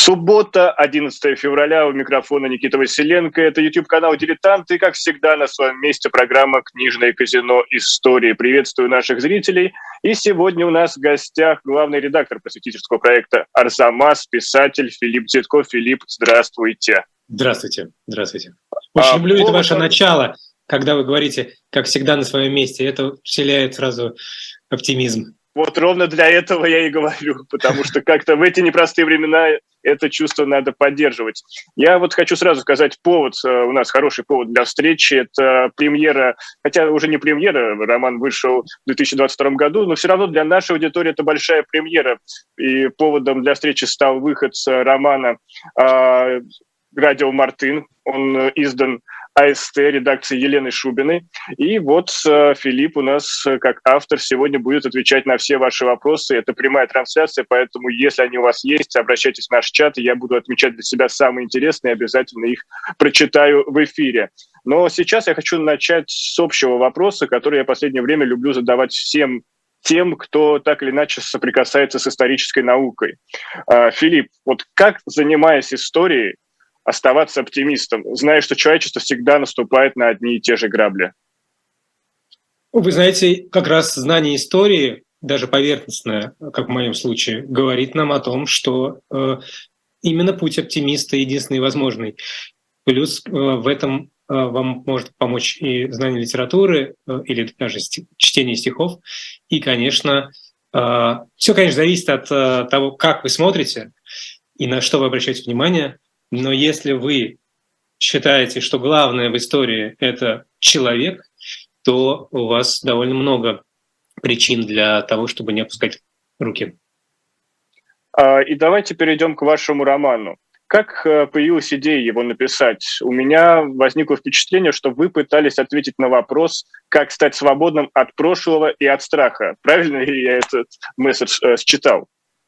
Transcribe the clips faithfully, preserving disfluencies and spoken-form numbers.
Суббота, одиннадцатое февраля, у микрофона Никита Василенко. Это YouTube-канал «Дилетант» и, как всегда, на своем месте программа «Книжное казино. Истории». Приветствую наших зрителей. И сегодня у нас в гостях главный редактор просветительского проекта «Арзамас», писатель Филипп Дзядко. Филипп, здравствуйте. Здравствуйте, здравствуйте. Очень а, люблю повод... это ваше начало, когда вы говорите, как всегда, на своем месте. Это вселяет сразу оптимизм. Вот ровно для этого я и говорю, потому что как-то в эти непростые времена это чувство надо поддерживать. Я вот хочу сразу сказать, повод, у нас хороший повод для встречи, это премьера, хотя уже не премьера, роман вышел в две тысячи двадцать втором году, но все равно для нашей аудитории это большая премьера. И поводом для встречи стал выход романа э, «Радио Мартын». Он издан АСТ, редакции Елены Шубиной. И вот э, Филипп у нас, э, как автор, сегодня будет отвечать на все ваши вопросы. Это прямая трансляция, поэтому, если они у вас есть, обращайтесь в наш чат, и я буду отмечать для себя самые интересные, обязательно их прочитаю в эфире. Но сейчас я хочу начать с общего вопроса, который я в последнее время люблю задавать всем тем, кто так или иначе соприкасается с исторической наукой. Э, Филипп, вот как, занимаясь историей, оставаться оптимистом, зная, что человечество всегда наступает на одни и те же грабли? Вы знаете, как раз знание истории, даже поверхностное, как в моем случае, говорит нам о том, что э, именно путь оптимиста единственный возможный. Плюс э, в этом э, вам может помочь и знание литературы, э, или даже ст- чтение стихов. И, конечно, э, все, конечно, зависит от э, того, как вы смотрите и на что вы обращаете внимание. Но если вы считаете, что главное в истории — это человек, то у вас довольно много причин для того, чтобы не опускать руки. И давайте перейдем к вашему роману. Как появилась идея его написать? У меня возникло впечатление, что вы пытались ответить на вопрос, как стать свободным от прошлого и от страха. Правильно ли я этот месседж э, считал?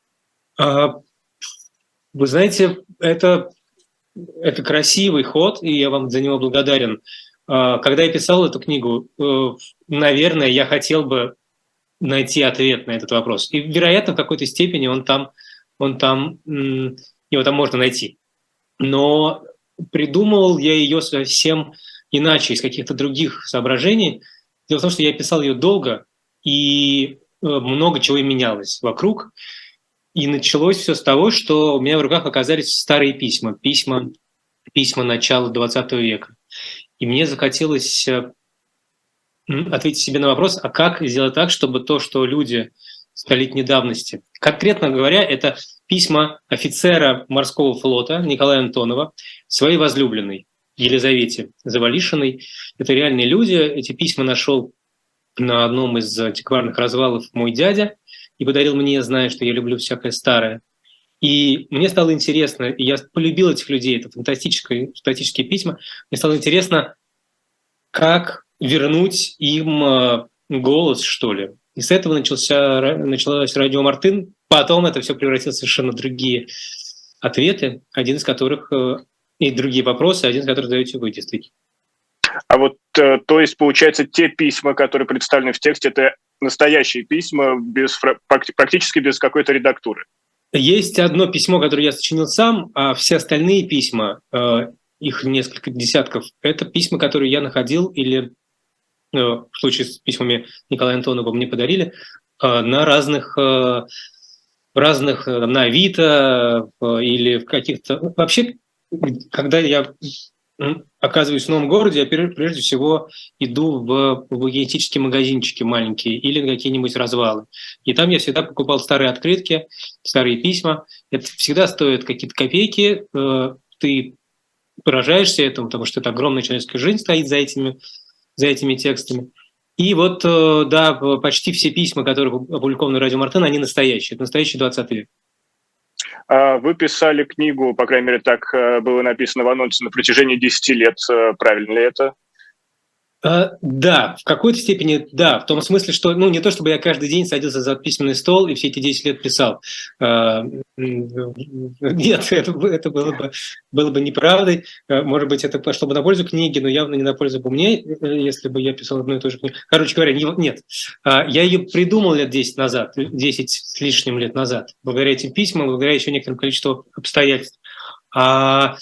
Вы знаете, это... Это красивый ход, и я вам за него благодарен. Когда я писал эту книгу, наверное, я хотел бы найти ответ на этот вопрос. И, вероятно, в какой-то степени он там, он там, его там можно найти. Но придумывал я ее совсем иначе, из каких-то других соображений. Дело в том, что я писал ее долго, и много чего менялось вокруг. И началось все с того, что у меня в руках оказались старые письма, письма, письма начала двадцатого века. И мне захотелось ответить себе на вопрос, а как сделать так, чтобы то, что люди столетней давности, конкретно говоря, это письма офицера морского флота Николая Антонова своей возлюбленной Елизавете Завалишиной. Это реальные люди. Эти письма нашел на одном из антикварных развалов мой дядя и подарил мне, зная, что я люблю всякое старое. И мне стало интересно, и я полюбил этих людей, это фантастические, фантастические письма, мне стало интересно, как вернуть им голос, что ли. И с этого начался, началось «Радио Мартын». Потом это все превратилось в совершенно другие ответы, один из которых и другие вопросы, один из которых задаете вы, действительно. А вот, то есть, получается, те письма, которые представлены в тексте, это настоящие письма, без, практически без какой-то редактуры? Есть одно письмо, которое я сочинил сам, а все остальные письма, их несколько десятков, это письма, которые я находил или, в случае с письмами Николая Антонова, мне подарили на разных, разных на Авито или в каких-то... Вообще, когда я оказываюсь в новом городе, я прежде всего иду в, в генетические магазинчики маленькие или какие-нибудь развалы. И там я всегда покупал старые открытки, старые письма. Это всегда стоит какие-то копейки. Ты поражаешься этому, потому что это огромная человеческая жизнь стоит за этими, за этими текстами. И вот, да, почти все письма, которые опубликованы в «Радио Мартын», они настоящие. Это настоящий двадцатый век. Вы писали книгу, по крайней мере, так было написано в анонсе, на протяжении десяти лет. Правильно ли это? А, да, в какой-то степени да, в том смысле, что, ну, не то чтобы я каждый день садился за письменный стол и все эти десять лет писал. А, нет, это, это было, бы, было бы неправдой. Может быть, это пошло бы на пользу книги, но явно не на пользу бы мне, если бы я писал одну и ту же книгу. Короче говоря, не, нет. Я ее придумал лет десять назад, десять с лишним лет назад, благодаря этим письмам, благодаря еще некоторому количеству обстоятельств. А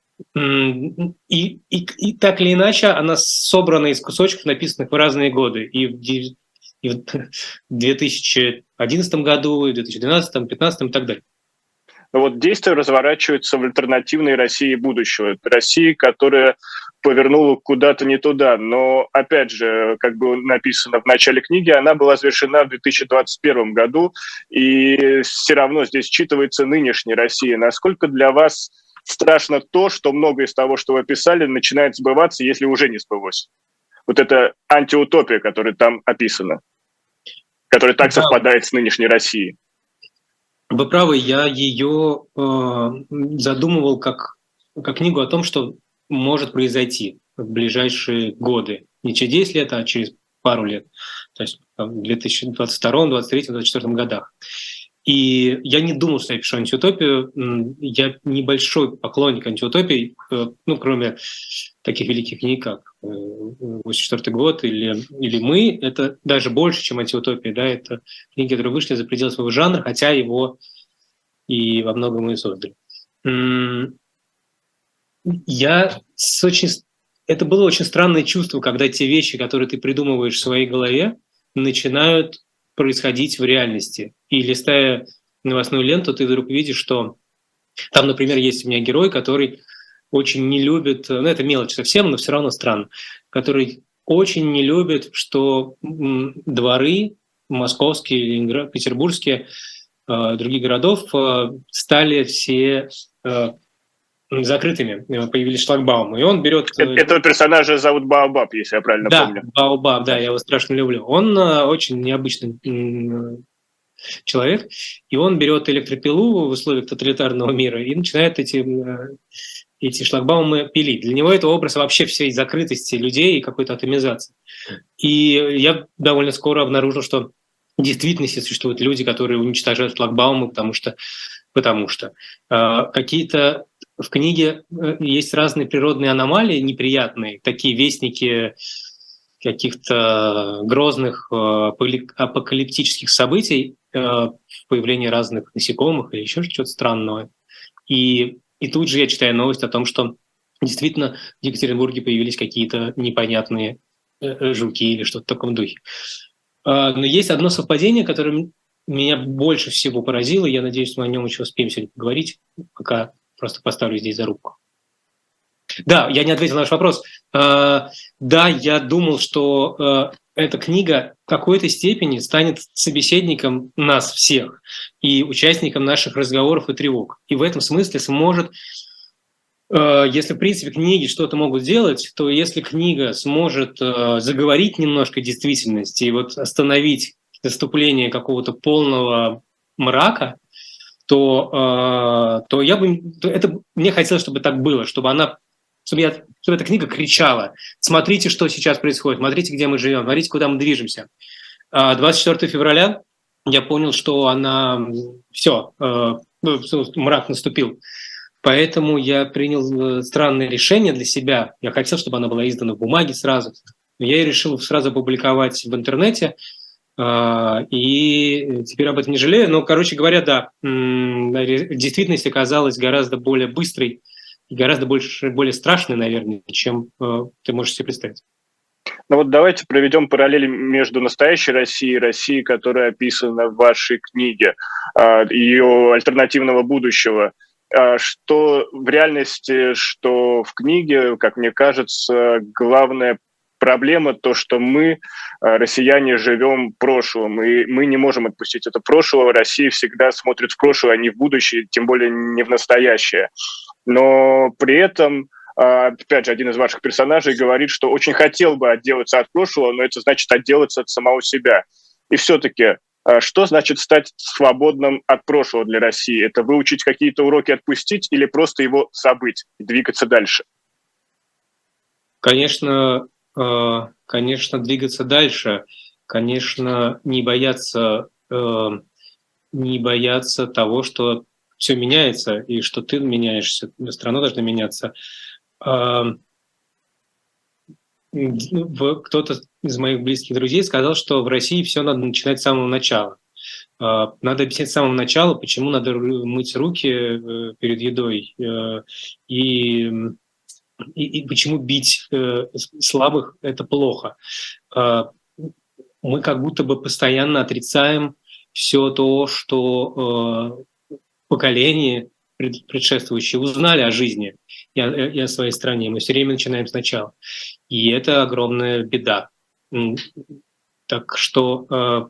И, и, и так или иначе, она собрана из кусочков, написанных в разные годы. И в, и в две тысячи одиннадцатом году, и в две тысячи двенадцатом, две тысячи пятнадцатом и так далее. Но вот действие разворачивается в альтернативной России будущего. Это Россия, которая повернула куда-то не туда. Но, опять же, как было написано в начале книги, она была завершена в две тысячи двадцать первом году, и все равно здесь считывается нынешняя Россия. Насколько для вас страшно то, что многое из того, что вы писали, начинает сбываться, если уже не сбылось? Вот это антиутопия, которая там описана, которая так да. совпадает с нынешней Россией. Вы правы, я ее э, задумывал как, как книгу о том, что может произойти в ближайшие годы. Не через десять лет, а через пару лет. То есть в две тысячи двадцать втором, двадцать третьем, двадцать четвёртом годах. И я не думал, что я пишу антиутопию. Я небольшой поклонник антиутопий, ну, кроме таких великих книг, как восемьдесят четвёртый год или, или «Мы». Это даже больше, чем антиутопия. Да? Это книги, которые вышли за пределы своего жанра, хотя его и во многом и создали. Я с очень... Это было очень странное чувство, когда те вещи, которые ты придумываешь в своей голове, начинают происходить в реальности. И листая новостную ленту, ты вдруг видишь, что там, например, есть у меня герой, который очень не любит, ну это мелочь совсем, но все равно странно, который очень не любит, что дворы московские, Ленинград, петербургские, э, других городов э, стали все э, закрытыми, появились шлагбаумы. И он берет... Этого персонажа зовут Баобаб, если я правильно да, помню. Да, Баобаб, да, я его страшно люблю. Он э, очень необычный э, человек, и он берет электропилу в условиях тоталитарного мира и начинает эти, э, эти шлагбаумы пилить. Для него это образ вообще всей закрытости людей и какой-то атомизации. И я довольно скоро обнаружил, что в действительности существуют люди, которые уничтожают шлагбаумы, потому что, потому что э, какие-то в книге есть разные природные аномалии неприятные, такие вестники каких-то грозных апокалиптических событий, появление разных насекомых или еще что-то странного. И, и тут же я читаю новость о том, что действительно в Екатеринбурге появились какие-то непонятные жуки или что-то в таком духе. Но есть одно совпадение, которое меня больше всего поразило, я надеюсь, что мы о нем еще успеем сегодня поговорить, пока просто поставлю здесь зарубку. Да, я не ответил на ваш вопрос. Да, я думал, что эта книга в какой-то степени станет собеседником нас всех и участником наших разговоров и тревог. И в этом смысле сможет, если в принципе книги что-то могут делать, то если книга сможет заговорить немножко действительности и вот остановить наступление какого-то полного мрака, то, то я бы... То это, мне хотелось, чтобы так было, чтобы она... Чтобы, я, чтобы эта книга кричала: смотрите, что сейчас происходит, смотрите, где мы живем, смотрите, куда мы движемся. двадцать четвёртого февраля я понял, что она... Все, мрак наступил. Поэтому я принял странное решение для себя. Я хотел, чтобы она была издана в бумаге сразу. Я и решил сразу опубликовать в интернете. И теперь об этом не жалею. Но, короче говоря, да, действительность оказалась гораздо более быстрой и гораздо больше, более страшной, наверное, чем ты можешь себе представить. Ну вот давайте проведем параллели между настоящей Россией и Россией, которая описана в вашей книге, ее альтернативного будущего. Что в реальности, что в книге, как мне кажется, главная проблема то, что мы, россияне, живем прошлым, и мы не можем отпустить это прошлое. Россия всегда смотрит в прошлое, а не в будущее, тем более не в настоящее. Но при этом, опять же, один из ваших персонажей говорит, что очень хотел бы отделаться от прошлого, но это значит отделаться от самого себя. И все-таки, что значит стать свободным от прошлого для России? Это выучить какие-то уроки, отпустить, или просто его забыть и двигаться дальше? Конечно, конечно, двигаться дальше, конечно, не бояться, не бояться того, что все меняется, и что ты меняешься, страна должна меняться. Кто-то из моих близких друзей сказал, что в России все надо начинать с самого начала. Надо объяснять с самого начала, почему надо мыть руки перед едой, и, и, и почему бить слабых – это плохо. Мы как будто бы постоянно отрицаем все то, что поколения предшествующие узнали о жизни и о, и о своей стране. Мы все время начинаем сначала. И это огромная беда. Так что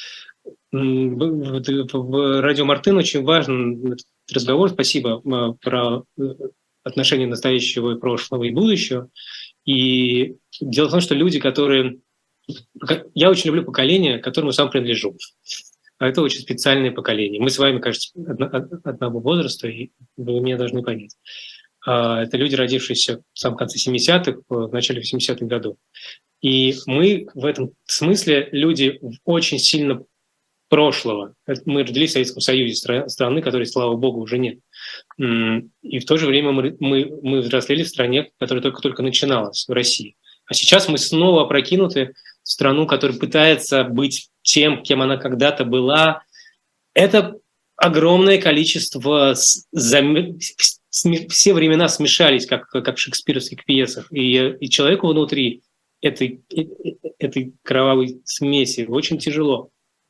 в радио Мартын очень важен этот разговор. Спасибо про отношения настоящего и прошлого и будущего. И дело в том, что люди, которые... Я очень люблю поколение, к которому сам принадлежу. А это очень специальное поколение. Мы с вами, кажется, одного возраста, и вы меня должны понять. Это люди, родившиеся в самом конце семидесятых, в начале восьмидесятых годов. И мы в этом смысле люди очень сильно прошлого. Мы родились в Советском Союзе, страны, которой, слава богу, уже нет. И в то же время мы, мы, мы взрослели в стране, которая только-только начиналась, в России. А сейчас мы снова опрокинуты в страну, которая пытается быть тем, кем она когда-то была. Это огромное количество... Зам... Все времена смешались, как, как в шекспировских пьесах. И, и человеку внутри этой, этой кровавой смеси очень тяжело.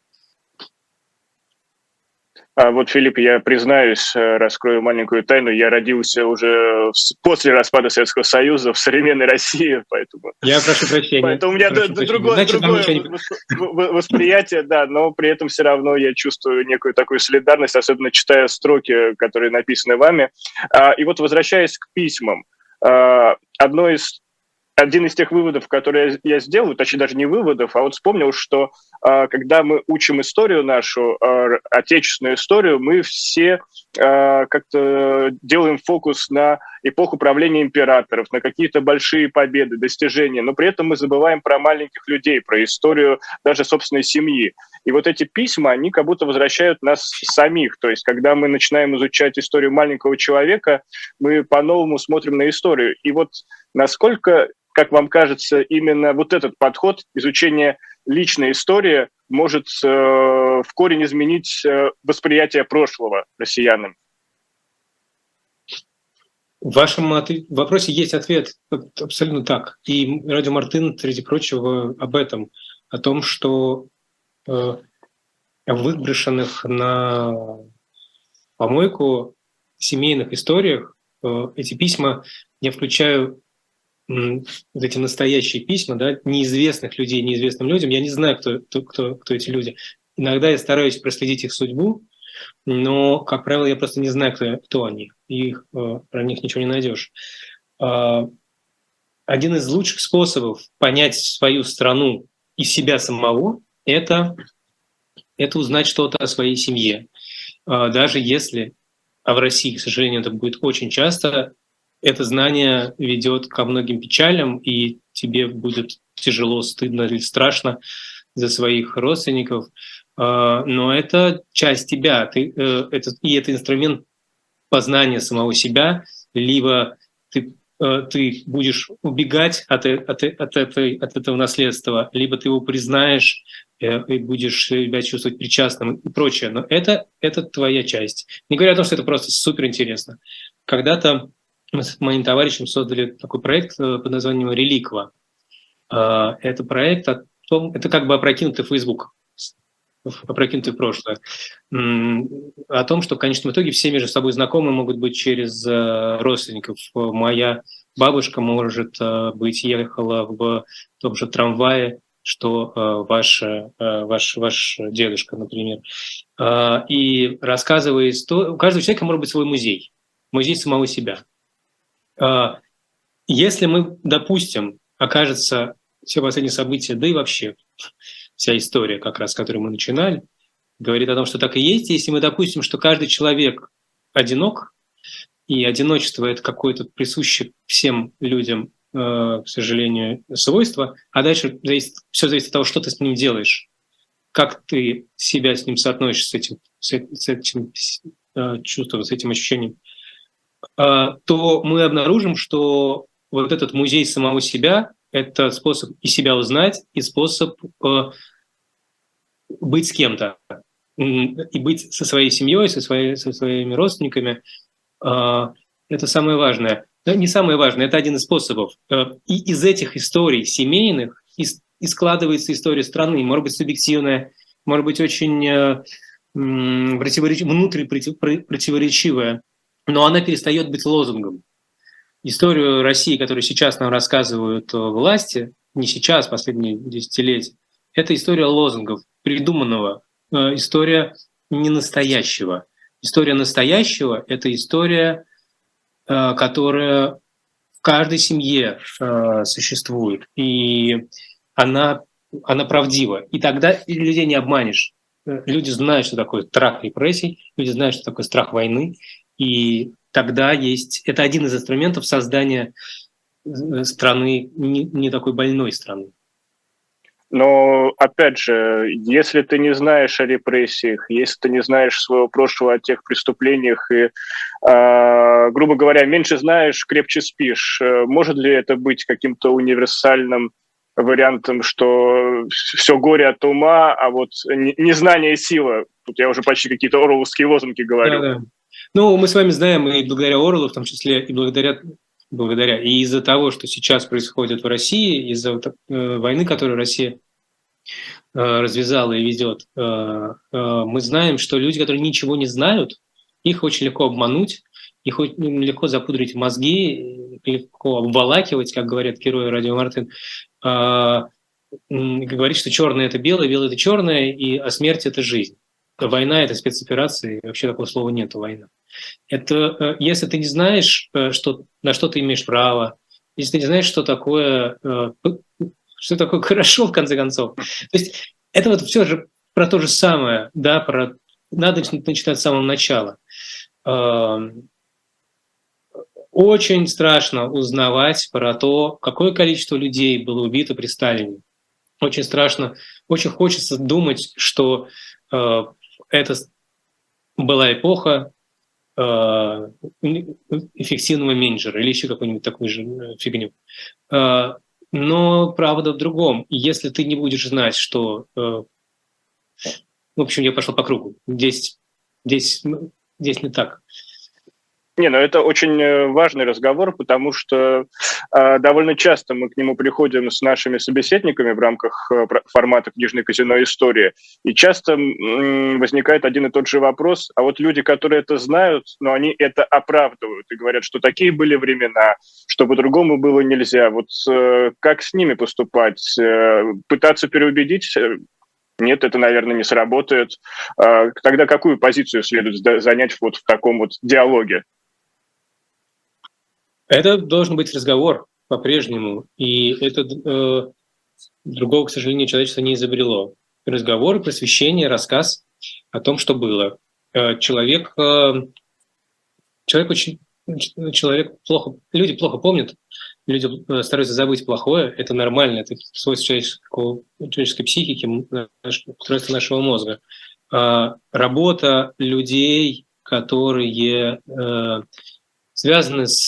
А вот, Филипп, я признаюсь, раскрою маленькую тайну, я родился уже после распада Советского Союза в современной России, поэтому... Я прошу прощения. Поэтому у меня д- другое, Значит, другое не... восприятие, да, но при этом все равно я чувствую некую такую солидарность, особенно читая строки, которые написаны вами. И вот, возвращаясь к письмам, одно из Один из тех выводов, которые я сделал, точнее даже не выводов, а вот вспомнил, что э, когда мы учим историю нашу, э, отечественную историю, мы все э, как-то делаем фокус на эпоху правления императоров, на какие-то большие победы, достижения, но при этом мы забываем про маленьких людей, про историю даже собственной семьи. И вот эти письма, они как будто возвращают нас самих. То есть когда мы начинаем изучать историю маленького человека, мы по-новому смотрим на историю. И вот насколько... Как вам кажется, именно вот этот подход изучения личной истории может э, в корень изменить э, восприятие прошлого россиянам? В вашем вопросе есть ответ абсолютно так. И радио Мартын, среди прочего, об этом, о том, что э, выброшенных на помойку семейных историях э, эти письма я включаю вот эти настоящие письма, да, неизвестных людей, неизвестным людям. Я не знаю, кто, кто, кто, кто эти люди. Иногда я стараюсь проследить их судьбу, но, как правило, я просто не знаю, кто, кто они. И их, про них ничего не найдешь. Один из лучших способов понять свою страну и себя самого – это, это узнать что-то о своей семье. Даже если, а в России, к сожалению, это будет очень часто, это знание ведет ко многим печалям, и тебе будет тяжело, стыдно или страшно за своих родственников. Но это часть тебя, ты, это, и это инструмент познания самого себя. Либо ты, ты будешь убегать от, от, от, этой, от этого наследства, либо ты его признаешь и будешь себя чувствовать причастным и прочее. Но это, это твоя часть. Не говоря о том, что это просто суперинтересно. Когда-то мы с моим товарищем создали такой проект под названием «Реликва». Это проект о том, это как бы опрокинутый Facebook, опрокинутый прошлое, о том, что в конечном итоге все между собой знакомы могут быть через родственников. Моя бабушка, может быть, ехала в том же трамвае, что ваш, ваш, ваш дедушка, например. И рассказывая историю, у каждого человека может быть свой музей, музей самого себя. Если мы, допустим, окажется все последние события, да и вообще вся история, как раз, с которой мы начинали, говорит о том, что так и есть. Если мы допустим, что каждый человек одинок, и одиночество — это какое-то присуще всем людям к сожалению, свойство, а дальше зависит, все зависит от того, что ты с ним делаешь, как ты себя с ним соотносишь, с этим, с этим чувством, с этим ощущением, то мы обнаружим, что вот этот музей самого себя — это способ и себя узнать, и способ быть с кем-то, и быть со своей семьей, со, своей, со своими родственниками. Это самое важное. Не самое важное, это один из способов. И из этих историй семейных и складывается история страны. Может быть, субъективная, может быть, очень противореч... внутри противоречивая, но она перестает быть лозунгом. Историю России, которую сейчас нам рассказывают власти, не сейчас, последние десятилетия, это история лозунгов, придуманного, история ненастоящего. История настоящего — это история, которая в каждой семье существует, и она, она правдива. И тогда людей не обманешь. Люди знают, что такое страх репрессий, люди знают, что такое страх войны, и тогда есть... Это один из инструментов создания страны, не, не такой больной страны. Но, опять же, если ты не знаешь о репрессиях, если ты не знаешь своего прошлого, о тех преступлениях и, э, грубо говоря, меньше знаешь, крепче спишь, может ли это быть каким-то универсальным вариантом, что все горе от ума, а вот незнание — сила? Тут я уже почти какие-то оруэлловские лозунги говорю. Да, да. Ну, мы с вами знаем, и благодаря Оруэллу, в том числе, и благодаря, благодаря и из-за того, что сейчас происходит в России, из-за э, войны, которую Россия э, развязала и ведет, э, э, мы знаем, что люди, которые ничего не знают, их очень легко обмануть, их очень легко запудрить мозги, легко обволакивать, как говорят герои Радио Мартин, э, говорить, что черное — это белое, белое — это черное, и, а смерть — это жизнь. Война — это спецоперация, и вообще такого слова нет, война. Это если ты не знаешь, что, на что ты имеешь право, если ты не знаешь, что такое, что такое хорошо, в конце концов. То есть это вот все же про то же самое, да, про, надо начинать с самого начала. Очень страшно узнавать про то, какое количество людей было убито при Сталине. Очень страшно, очень хочется думать, что это была эпоха э, эффективного менеджера или еще какую-нибудь такую же фигню. Э, но правда в другом. Если ты не будешь знать, что... Э, в общем, я пошел по кругу. Здесь, здесь, здесь не так. Не, ну это очень важный разговор, потому что э, довольно часто мы к нему приходим с нашими собеседниками в рамках э, формата «Книжное казино. История», и часто э, возникает один и тот же вопрос, а вот люди, которые это знают, но они это оправдывают и говорят, что такие были времена, что по-другому было нельзя. Вот э, как с ними поступать? Э, пытаться переубедить? Нет, это, наверное, не сработает. Э, тогда какую позицию следует занять вот в таком вот диалоге? Это должен быть разговор по-прежнему, и это э, другого, к сожалению, человечество не изобрело. Разговор, просвещение, рассказ о том, что было. Э, человек, э, человек очень, человек плохо, люди плохо помнят, люди стараются забыть плохое, это нормально, это свойство человеческого, человеческой психики, устройство нашего мозга. Э, работа людей, которые э, связаны с,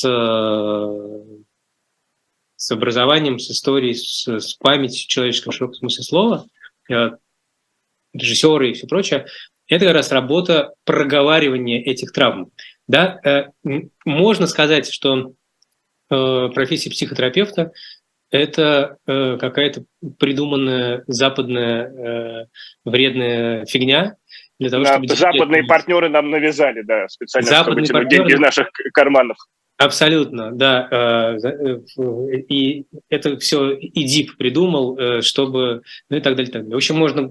с образованием, с историей, с, с памятью человеческого в широком смысле слова, режиссеры и все прочее, это как раз работа проговаривания этих травм. Да? Можно сказать, что профессия психотерапевта – это какая-то придуманная западная вредная фигня, для того, да, чтобы западные делать... партнеры нам навязали, да, специально, западные чтобы тянуть деньги из наших карманов. Абсолютно, да. И это все ИДИП придумал, чтобы... Ну и так далее, так далее. В общем, можно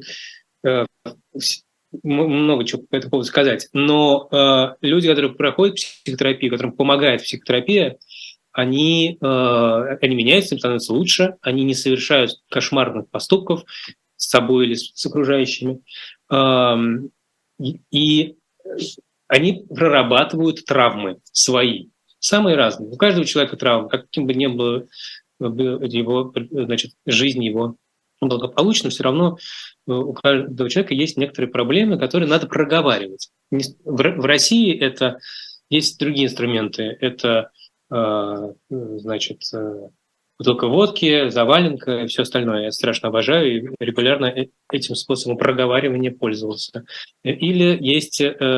много чего по этому поводу сказать. Но люди, которые проходят психотерапию, которым помогает психотерапия, они, они меняются, им становятся лучше, они не совершают кошмарных поступков с собой или с окружающими. И они прорабатывают травмы свои, самые разные. У каждого человека травмы, каким бы ни было его, значит, жизнь его благополучно, все равно у каждого человека есть некоторые проблемы, которые надо проговаривать. В России это есть другие инструменты. Это, значит, бутылка водки, заваленка и все остальное. Я страшно обожаю и регулярно этим способом проговаривания пользовался. Или есть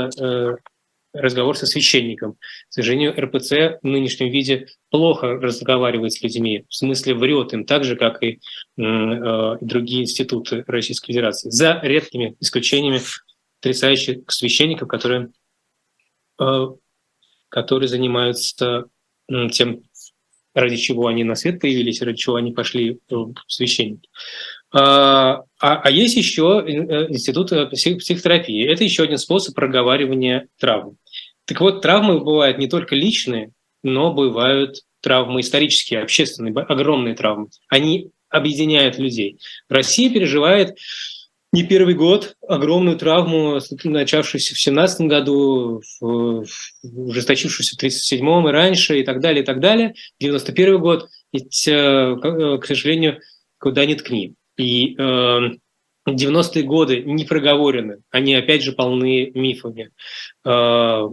разговор со священником. К сожалению, эр пэ цэ в нынешнем виде плохо разговаривает с людьми, в смысле врет им, так же, как и э, другие институты Российской Федерации, за редкими исключениями потрясающих священников, которые, э, которые занимаются э, тем, ради чего они на свет появились, ради чего они пошли в священники. А, а есть еще институт психотерапии. Это еще один способ проговаривания травм. Так вот, травмы бывают не только личные, но бывают травмы исторические, общественные, огромные травмы. Они объединяют людей. Россия переживает не первый год огромную травму, начавшуюся в семнадцатом году, ужесточившуюся в тридцать седьмом и раньше, и так далее, и так далее. девяносто первый год, ведь, к сожалению, куда ни ткни. И э, девяностые годы не проговорены, они опять же полны мифами. Э,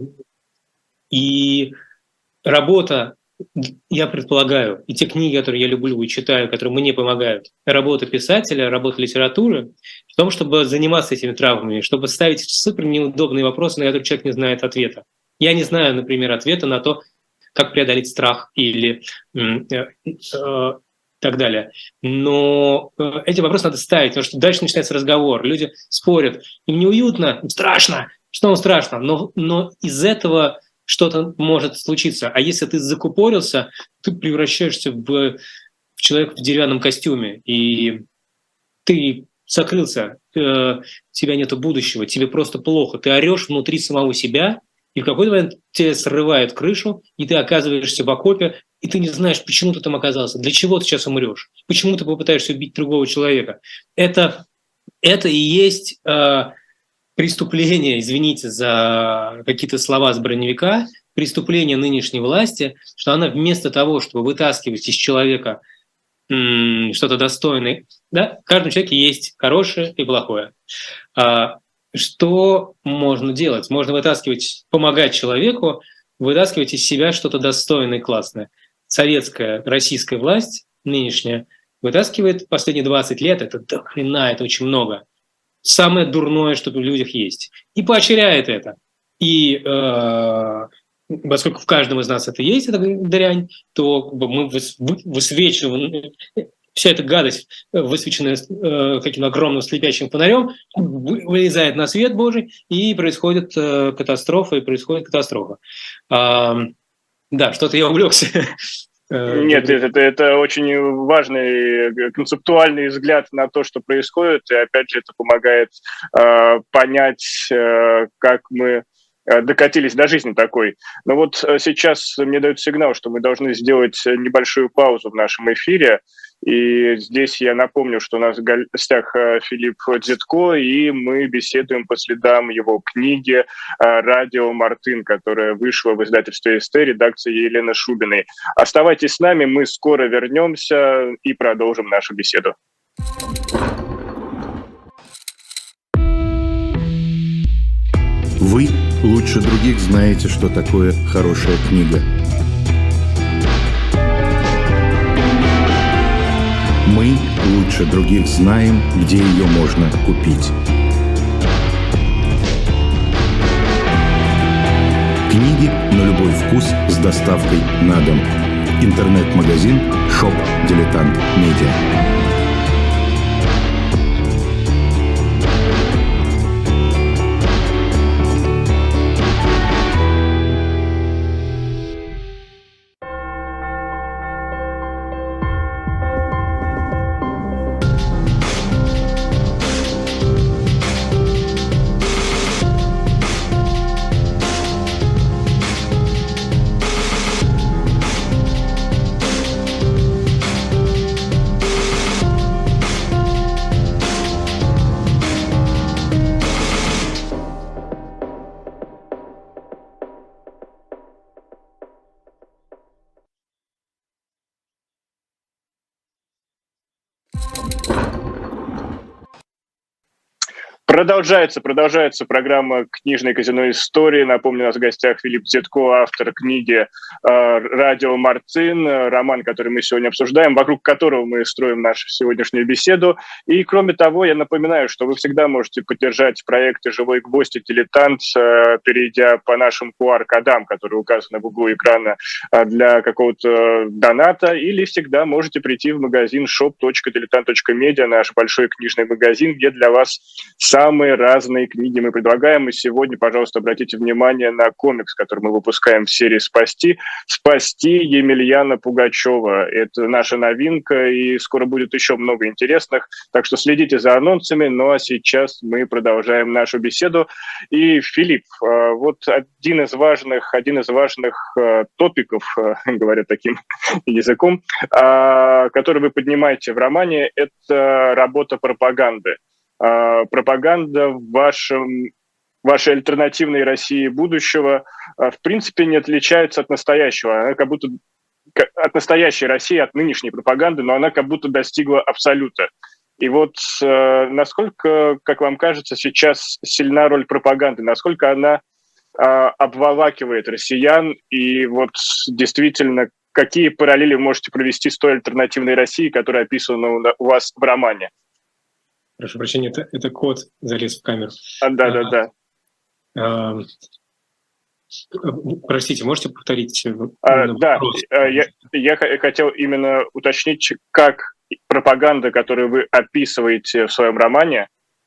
и работа, я предполагаю, и те книги, которые я люблю и читаю, которые мне помогают, работа писателя, работа литературы, в том, чтобы заниматься этими травмами, чтобы ставить супер неудобные вопросы, на которые человек не знает ответа. Я не знаю, например, ответа на то, как преодолеть страх или э, э, так далее. Но э, эти вопросы надо ставить, потому что дальше начинается разговор. Люди спорят, им неуютно, им страшно. Что вам страшно? Но, но из этого что-то может случиться. А если ты закупорился, ты превращаешься в, в человека в деревянном костюме, и ты закрылся, э, у тебя нету будущего, тебе просто плохо. Ты орешь внутри самого себя, и в какой-то момент тебе срывают крышу, и ты оказываешься в окопе, и ты не знаешь, почему ты там оказался, для чего ты сейчас умрешь, почему ты попытаешься убить другого человека. Это, это и есть э, преступление, извините за какие-то слова с броневика, преступление нынешней власти, что она вместо того, чтобы вытаскивать из человека м- что-то достойное, да, в каждом человеке есть хорошее и плохое. А, что можно делать? Можно вытаскивать, помогать человеку, вытаскивать из себя что-то достойное и классное. Советская, российская власть нынешняя вытаскивает последние двадцать лет, это до хрена, это очень много, самое дурное, что в людях есть, и поощряет это. И э, поскольку в каждом из нас это есть, эта дрянь, то мы высвечиваем, вся эта гадость, высвеченная э, каким-то огромным слепящим фонарем, вылезает на свет Божий, и происходит э, катастрофа, и происходит катастрофа. Э, Да, что-то я увлекся. Нет, это, это очень важный концептуальный взгляд на то, что происходит, и опять же это помогает э, понять, э, как мы докатились до жизни такой. Но вот сейчас мне дают сигнал, что мы должны сделать небольшую паузу в нашем эфире. И здесь я напомню, что у нас в гостях Филипп Дзитко, и мы беседуем по следам его книги «Радио Мартын», которая вышла в издательстве СТ, редакции Елены Шубиной. Оставайтесь с нами, мы скоро вернемся и продолжим нашу беседу. Вы лучше других знаете, что такое хорошая книга. Мы лучше других знаем, где ее можно купить. Книги на любой вкус с доставкой на дом. Интернет-магазин Shop Dilettant Media. Продолжается, продолжается программа «Книжное казино Истории». Напомню, у нас в гостях Филипп Дзядко, автор книги э, «Радио Мартын», роман, который мы сегодня обсуждаем, вокруг которого мы строим нашу сегодняшнюю беседу. И, кроме того, я напоминаю, что вы всегда можете поддержать проекты «Живой гвоздь» и «Дилетант», э, перейдя по нашим ку ар-кодам, которые указаны в углу экрана э, для какого-то доната, или всегда можете прийти в магазин шоп точка дилетант точка медиа, наш большой книжный магазин, где для вас самые разные книги мы предлагаем. И сегодня, пожалуйста, обратите внимание на комикс, который мы выпускаем в серии «Спасти». «Спасти» Емельяна Пугачева. Это наша новинка, и скоро будет еще много интересных. Так что следите за анонсами. Ну а сейчас мы продолжаем нашу беседу. И, Филипп, вот один из важных, один из важных топиков, говоря таким языком, который вы поднимаете в романе, это работа пропаганды. Пропаганда в вашем, вашей альтернативной России будущего в принципе не отличается от настоящего. Она как будто от настоящей России, от нынешней пропаганды, но она как будто достигла абсолюта. И вот насколько, как вам кажется, сейчас сильна роль пропаганды, насколько она обволакивает россиян, и вот действительно, какие параллели вы можете провести с той альтернативной Россией, которая описана у вас в романе? Прошу прощения, это, это кот залез в камеру. А, да, да, да. А, простите, можете повторить? А, да, я, я хотел именно уточнить, как пропаганда, которую вы описываете в своем романе,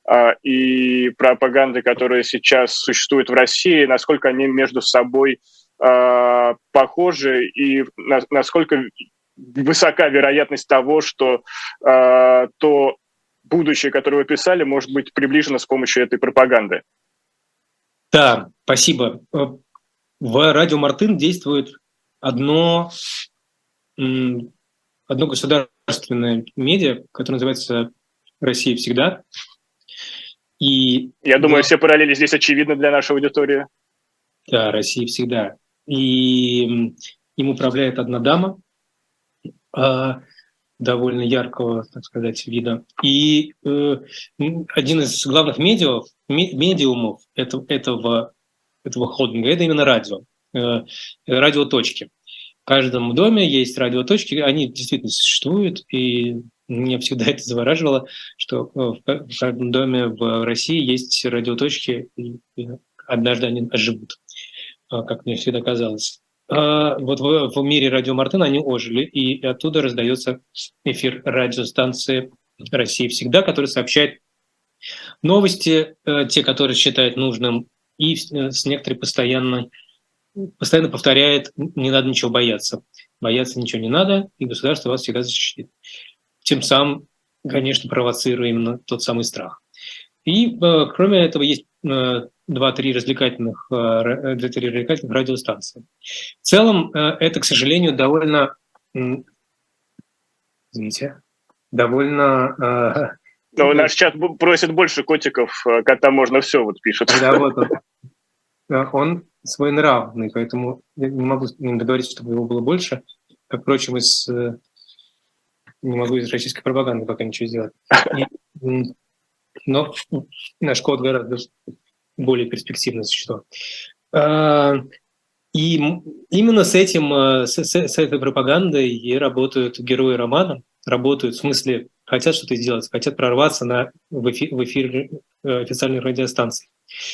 и пропаганда, которая сейчас существует в России, насколько они между собой похожи, и насколько высока вероятность того, что то будущее, которое вы писали, может быть приближено с помощью этой пропаганды. Да, спасибо. В «Радио Мартын» действует одно, одно государственное медиа, которое называется «Россия всегда». И я думаю, да, все параллели здесь очевидны для нашей аудитории. Да, «Россия всегда». И им управляет одна дама, довольно яркого, так сказать, вида. И э, один из главных медиумов, медиумов этого, этого, этого холдинга – это именно радио, э, радиоточки. В каждом доме есть радиоточки, они действительно существуют, и меня всегда это завораживало, что в каждом доме в России есть радиоточки, и однажды они оживут, как мне всегда казалось. Вот в, в мире «Радио Мартын» они ожили, и оттуда раздается эфир радиостанции «Россия всегда», который сообщает новости, те, которые считает нужным, и с некоторой постоянной, постоянно повторяет: не надо ничего бояться. Бояться ничего не надо, и государство вас всегда защитит. Тем самым, конечно, провоцируя именно тот самый страх. И кроме этого есть два-три развлекательных, два-три развлекательных радиостанции. В целом, это, к сожалению, довольно, извините, довольно... Но наш чат просит больше котиков, кота можно все, вот пишет. Да, вот он. Он своенравный, поэтому я не могу договориться, чтобы его было больше. Как, впрочем, из... не могу из российской пропаганды пока ничего сделать. И, но наш кот гораздо более перспективное существо. И именно с этим, с, с этой пропагандой и работают герои романа, работают, в смысле, хотят что-то сделать, хотят прорваться на, в, эфир, в эфир официальной радиостанции.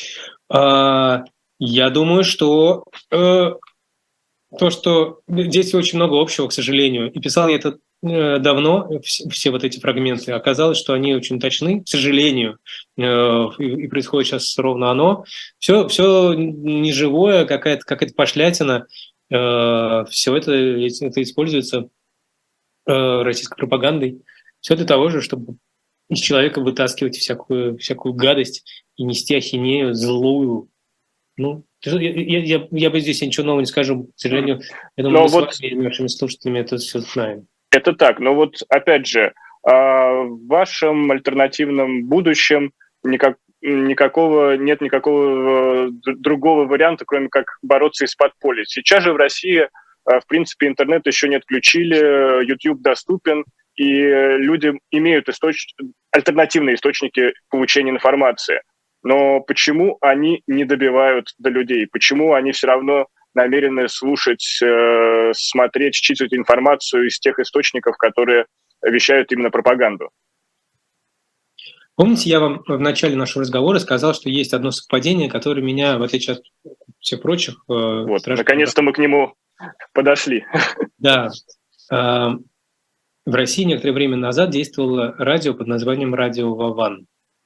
Я думаю, что то, что здесь очень много общего, к сожалению, и писал я это давно, все вот эти фрагменты, оказалось, что они очень точны, к сожалению, и происходит сейчас ровно оно. Все, все неживое, какая-то, какая-то пошлятина, все это, это используется российской пропагандой. Все для того же, чтобы из человека вытаскивать всякую, всякую гадость и нести ахинею злую. Ну, я, я, я бы здесь ничего нового не скажу. К сожалению, я думаю, мы вот... с вами и нашими слушателями это все знаем. Это так, но вот опять же, в вашем альтернативном будущем никак, никакого, нет никакого другого варианта, кроме как бороться из подполья. Сейчас же в России, в принципе, интернет еще не отключили, YouTube доступен, и люди имеют источ... альтернативные источники получения информации. Но почему они не добивают до людей? Почему они все равно намерены слушать, э, смотреть, считывать информацию из тех источников, которые вещают именно пропаганду? Помните, я вам в начале нашего разговора сказал, что есть одно совпадение, которое меня, в отличие от всех прочих... Э, вот, страшно... наконец-то мы к нему подошли. Да. Э, в России некоторое время назад действовало радио под названием «Радио Вован».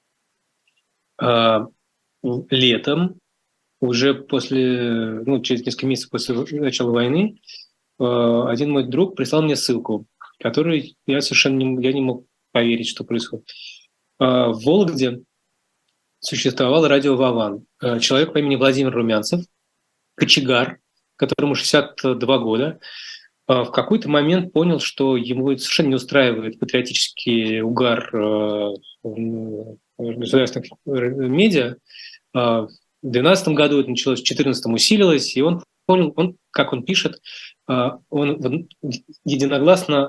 Э, летом, уже после, ну, через несколько месяцев после начала войны, э, один мой друг прислал мне ссылку, которую я совершенно не, я не мог поверить, что происходит. В Вологде существовал радио «Вован». Человек по имени Владимир Румянцев, кочегар, которому шестьдесят два года, в какой-то момент понял, что ему совершенно не устраивает патриотический угар государственных медиа. В две тысячи двенадцатом году это началось, в две тысячи четырнадцатом усилилось, и он понял, он, как он пишет, он единогласно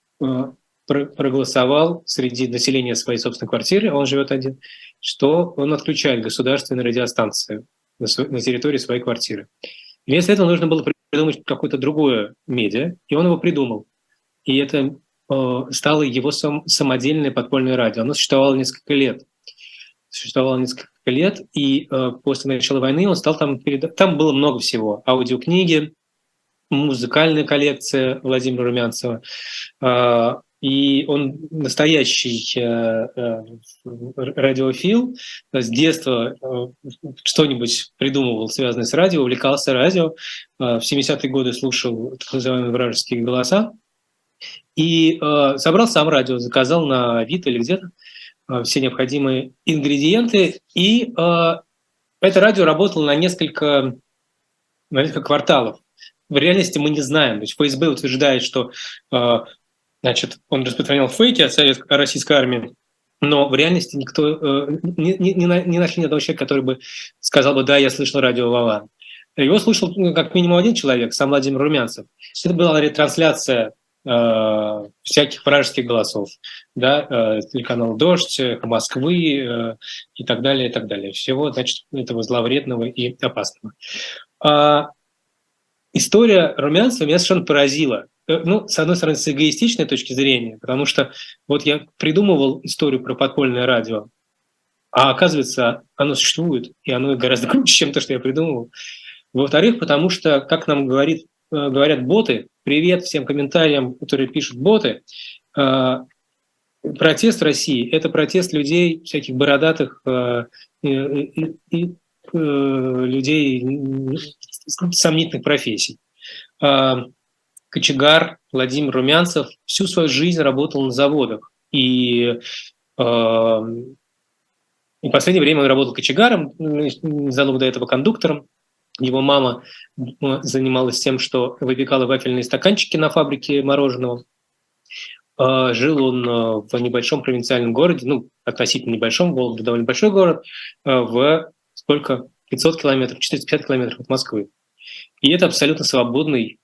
проголосовал среди населения своей собственной квартиры, он живет один, что он отключает государственные радиостанции на, св- на территории своей квартиры. Вместо этого нужно было придумать какое-то другое медиа, и он его придумал. И это э, стало его сам, самодельное подпольное радио. Оно существовало несколько лет. Существовало несколько лет, и э, после начала войны он стал там передавать... Там было много всего. Аудиокниги, музыкальная коллекция Владимира Румянцева, э, и он настоящий э, э, радиофил, с детства э, что-нибудь придумывал, связанное с радио, увлекался радио, э, в семидесятые годы слушал так называемые вражеские голоса, и э, собрал сам радио, заказал на Авито или где-то э, все необходимые ингредиенты, и э, это радио работало на несколько, на несколько кварталов. В реальности мы не знаем. То есть ФСБ утверждает, что э, значит, он распространял фейки о, советской, о российской армии, но в реальности никто э, не, не, не нашли ни одного человека, который бы сказал бы, да, я слышал радио Вован. Его слушал ну, как минимум один человек, сам Владимир Румянцев. Это была ретрансляция э, всяких вражеских голосов, да, э, телеканал «Дождь», Москвы э, и так далее, и так далее. Всего, значит, этого зловредного и опасного. А история Румянцева меня совершенно поразила. Ну, с одной стороны, с эгоистичной точки зрения, потому что вот я придумывал историю про подпольное радио, а оказывается, оно существует, и оно гораздо круче, чем то, что я придумывал. Во-вторых, потому что, как нам говорит, говорят боты, привет всем комментариям, которые пишут боты, протест в России – это протест людей, всяких бородатых и, и, и людей сомнительных профессий. Кочегар Владимир Румянцев всю свою жизнь работал на заводах. И, э, и в последнее время он работал кочегаром, незадолго до этого кондуктором. Его мама занималась тем, что выпекала вафельные стаканчики на фабрике мороженого. Э, жил он в небольшом провинциальном городе, ну, относительно небольшом, Вологда довольно большой город, э, в сколько? пятьсот километров, четыреста пятьдесят километров от Москвы. И это абсолютно свободный,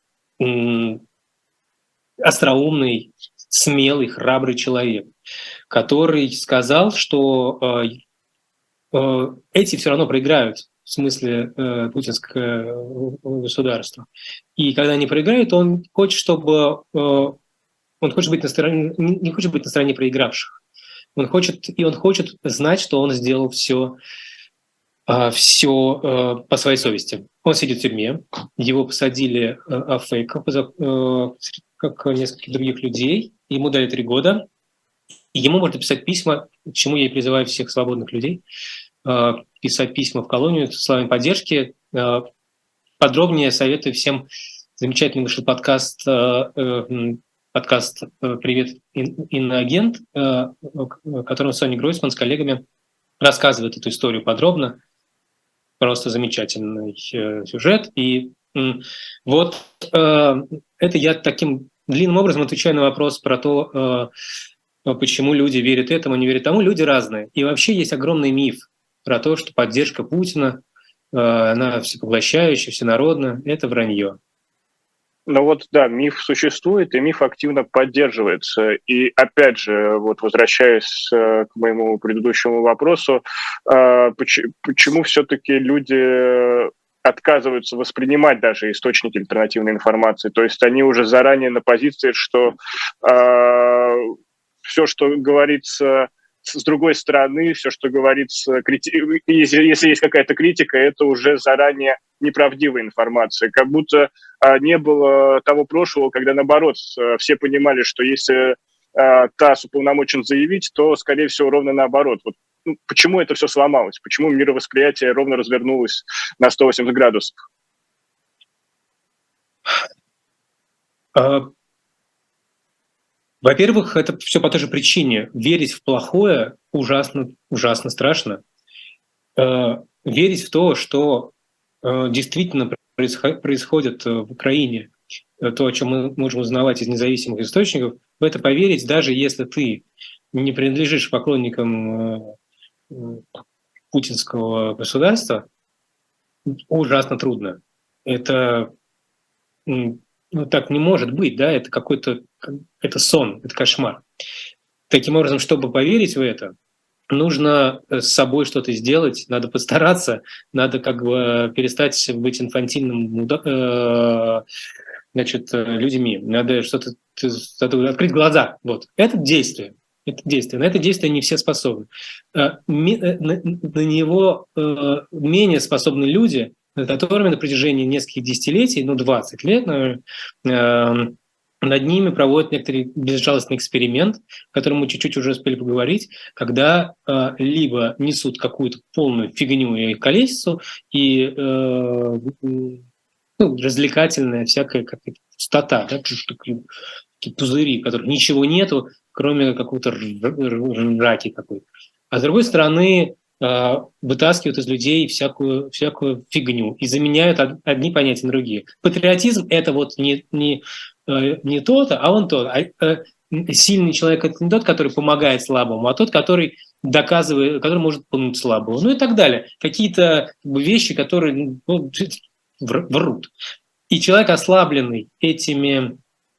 остроумный, смелый, храбрый человек, который сказал, что э, э, эти все равно проиграют, в смысле э, путинское государство. И когда они проиграют, он хочет, чтобы э, он хочет быть на стороне, не хочет быть на стороне проигравших. Он хочет, и он хочет знать, что он сделал все, э, все э, по своей совести. Он сидит в тюрьме, его посадили э, о фейках, э, как нескольких других людей. Ему дали три года. И ему можно писать письма, к чему я и призываю всех свободных людей, э, писать письма в колонию с словами поддержки. Э, подробнее советую всем замечательный вышел подкаст, э, э, подкаст «Привет, иноагент», э, в котором Соня Гройсман с коллегами рассказывает эту историю подробно. Просто замечательный э, сюжет. И э, вот э, это я таким длинным образом отвечаю на вопрос про то, э, почему люди верят этому, не верят тому. Люди разные. И вообще есть огромный миф про то, что поддержка Путина, э, она всепоглощающая, всенародная. Это вранье. Ну вот, да, миф существует, и миф активно поддерживается. И опять же, вот возвращаясь э, к моему предыдущему вопросу, э, поч- почему все-таки люди отказываются воспринимать даже источники альтернативной информации? То есть они уже заранее на позиции, что э, все, что говорится с другой стороны, все, что говорится, крити... если, если есть какая-то критика, это уже заранее неправдивая информация. Как будто а, не было того прошлого, когда, наоборот, все понимали, что если а, ТАСС уполномочен заявить, то, скорее всего, ровно наоборот. Вот, ну, почему это все сломалось? Почему мировосприятие ровно развернулось на сто восемьдесят градусов? А, во-первых, это все по той же причине. Верить в плохое ужасно, ужасно страшно. А, верить в то, что а, действительно происходит в Украине, то, о чем мы можем узнавать из независимых источников, в это поверить, даже если ты не принадлежишь поклонникам путинского государства, ужасно трудно. Это ну, так не может быть, да, это какой-то это сон, это кошмар. Таким образом, чтобы поверить в это, нужно с собой что-то сделать, надо постараться, надо как бы перестать быть инфантильным, значит, людьми, надо что-то открыть глаза. Вот. Это действие. Это действие. На это действие не все способны. На него менее способны люди, над которыми на протяжении нескольких десятилетий, ну, двадцать лет, наверное, над ними проводят некоторый безжалостный эксперимент, о котором мы чуть-чуть уже успели поговорить, когда э, либо несут какую-то полную фигню и колесицу, и э, ну, развлекательная всякая какая-то пустота, да, такие пузыри, в которых ничего нету, кроме какого-то ржаки какой-то. А с другой стороны, э, вытаскивают из людей всякую, всякую фигню и заменяют одни понятия на другие. Патриотизм — это вот не... не не то-то, а он тот. А сильный человек — это не тот, который помогает слабому, а тот, который доказывает, который может пнуть слабого. Ну и так далее. Какие-то вещи, которые ну, врут. И человек, ослабленный этими,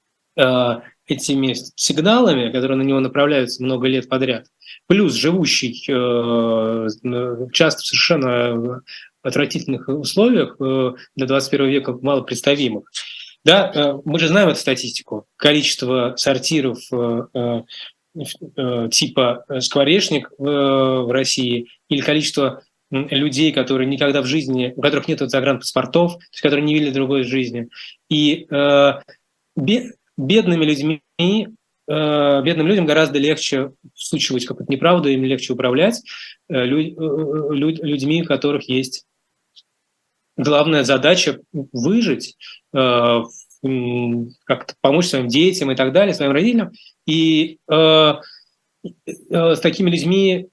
э, этими сигналами, которые на него направляются много лет подряд, плюс живущий э, часто в совершенно отвратительных условиях э, для двадцать первого века малопредставимых. Да, мы же знаем эту статистику. Количество сортиров э, э, типа «Скворечник» в России или количество людей, которые никогда в жизни, у которых нет загранпаспортов, которые не видели другой жизни. И э, бедными людьми, э, бедным людям гораздо легче всучивать какую-то неправду, им легче управлять э, люд, э, людьми, у которых есть главная задача выжить, э, как-то помочь своим детям и так далее, своим родителям. И э, э, с такими людьми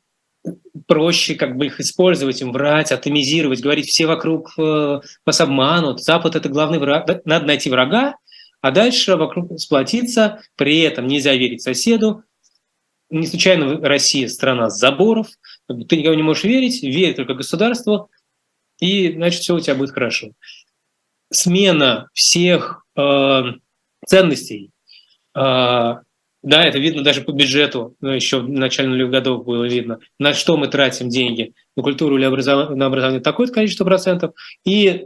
проще как бы их использовать, им врать, атомизировать, говорить, все вокруг э, вас обманут, Запад — это главный враг. Надо найти врага, а дальше вокруг сплотиться, при этом нельзя верить соседу. Не случайно Россия — страна заборов, ты никого не можешь верить, верь только государству, и, значит, все у тебя будет хорошо. Смена всех э, ценностей, э, да, это видно даже по бюджету, ну, еще в начале нулевых годов было видно, на что мы тратим деньги, на культуру или образование, на образование такое-то количество процентов, и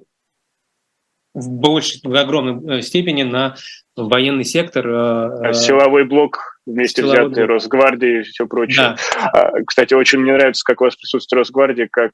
в большей, в огромной степени на военный сектор. Э, Силовой блок вместе Силовой взятый, блок. Росгвардии и все прочее. Да. Кстати, очень мне нравится, как у вас присутствует Росгвардия, как,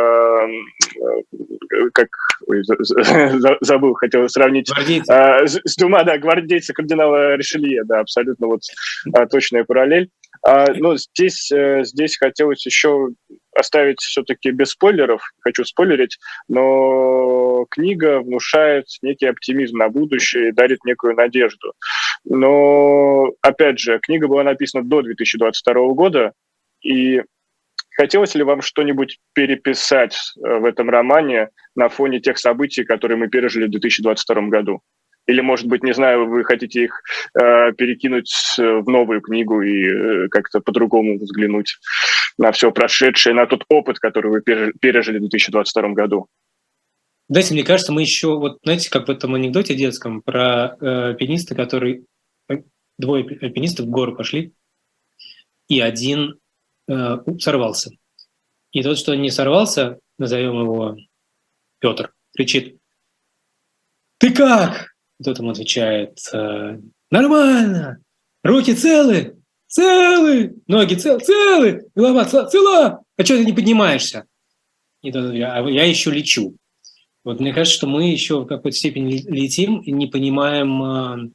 как ой, забыл, хотел сравнить а, с, с двумя, да, гвардейцы кардинала Ришелье, да, абсолютно вот точная параллель. А, но здесь, здесь хотелось еще оставить все-таки без спойлеров, хочу спойлерить, но книга внушает некий оптимизм на будущее и дарит некую надежду. Но, опять же, книга была написана до две тысячи двадцать второго года, и хотелось ли вам что-нибудь переписать в этом романе на фоне тех событий, которые мы пережили в две тысячи двадцать втором году? Или, может быть, не знаю, вы хотите их э, перекинуть в новую книгу и э, как-то по-другому взглянуть на все прошедшее, на тот опыт, который вы пережили в две тысячи двадцать втором году? знаете, мне кажется, мы еще, вот знаете, как в этом анекдоте детском про э, альпиниста, который, двое альпинистов в гору пошли, и один э, сорвался. И тот, что не сорвался, назовем его Петр, кричит: «Ты как?» Тот ему отвечает: «Нормально, руки целы, целы, ноги целы, целы, голова цела, цела, а что ты не поднимаешься?» И тот говорит: «А я еще лечу». Вот мне кажется, что мы еще в какой-то степени летим и не понимаем,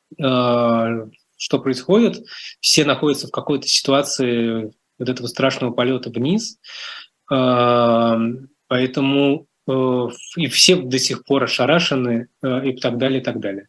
что происходит. Все находятся в какой-то ситуации вот этого страшного полета вниз, поэтому и все до сих пор ошарашены, и так далее, и так далее.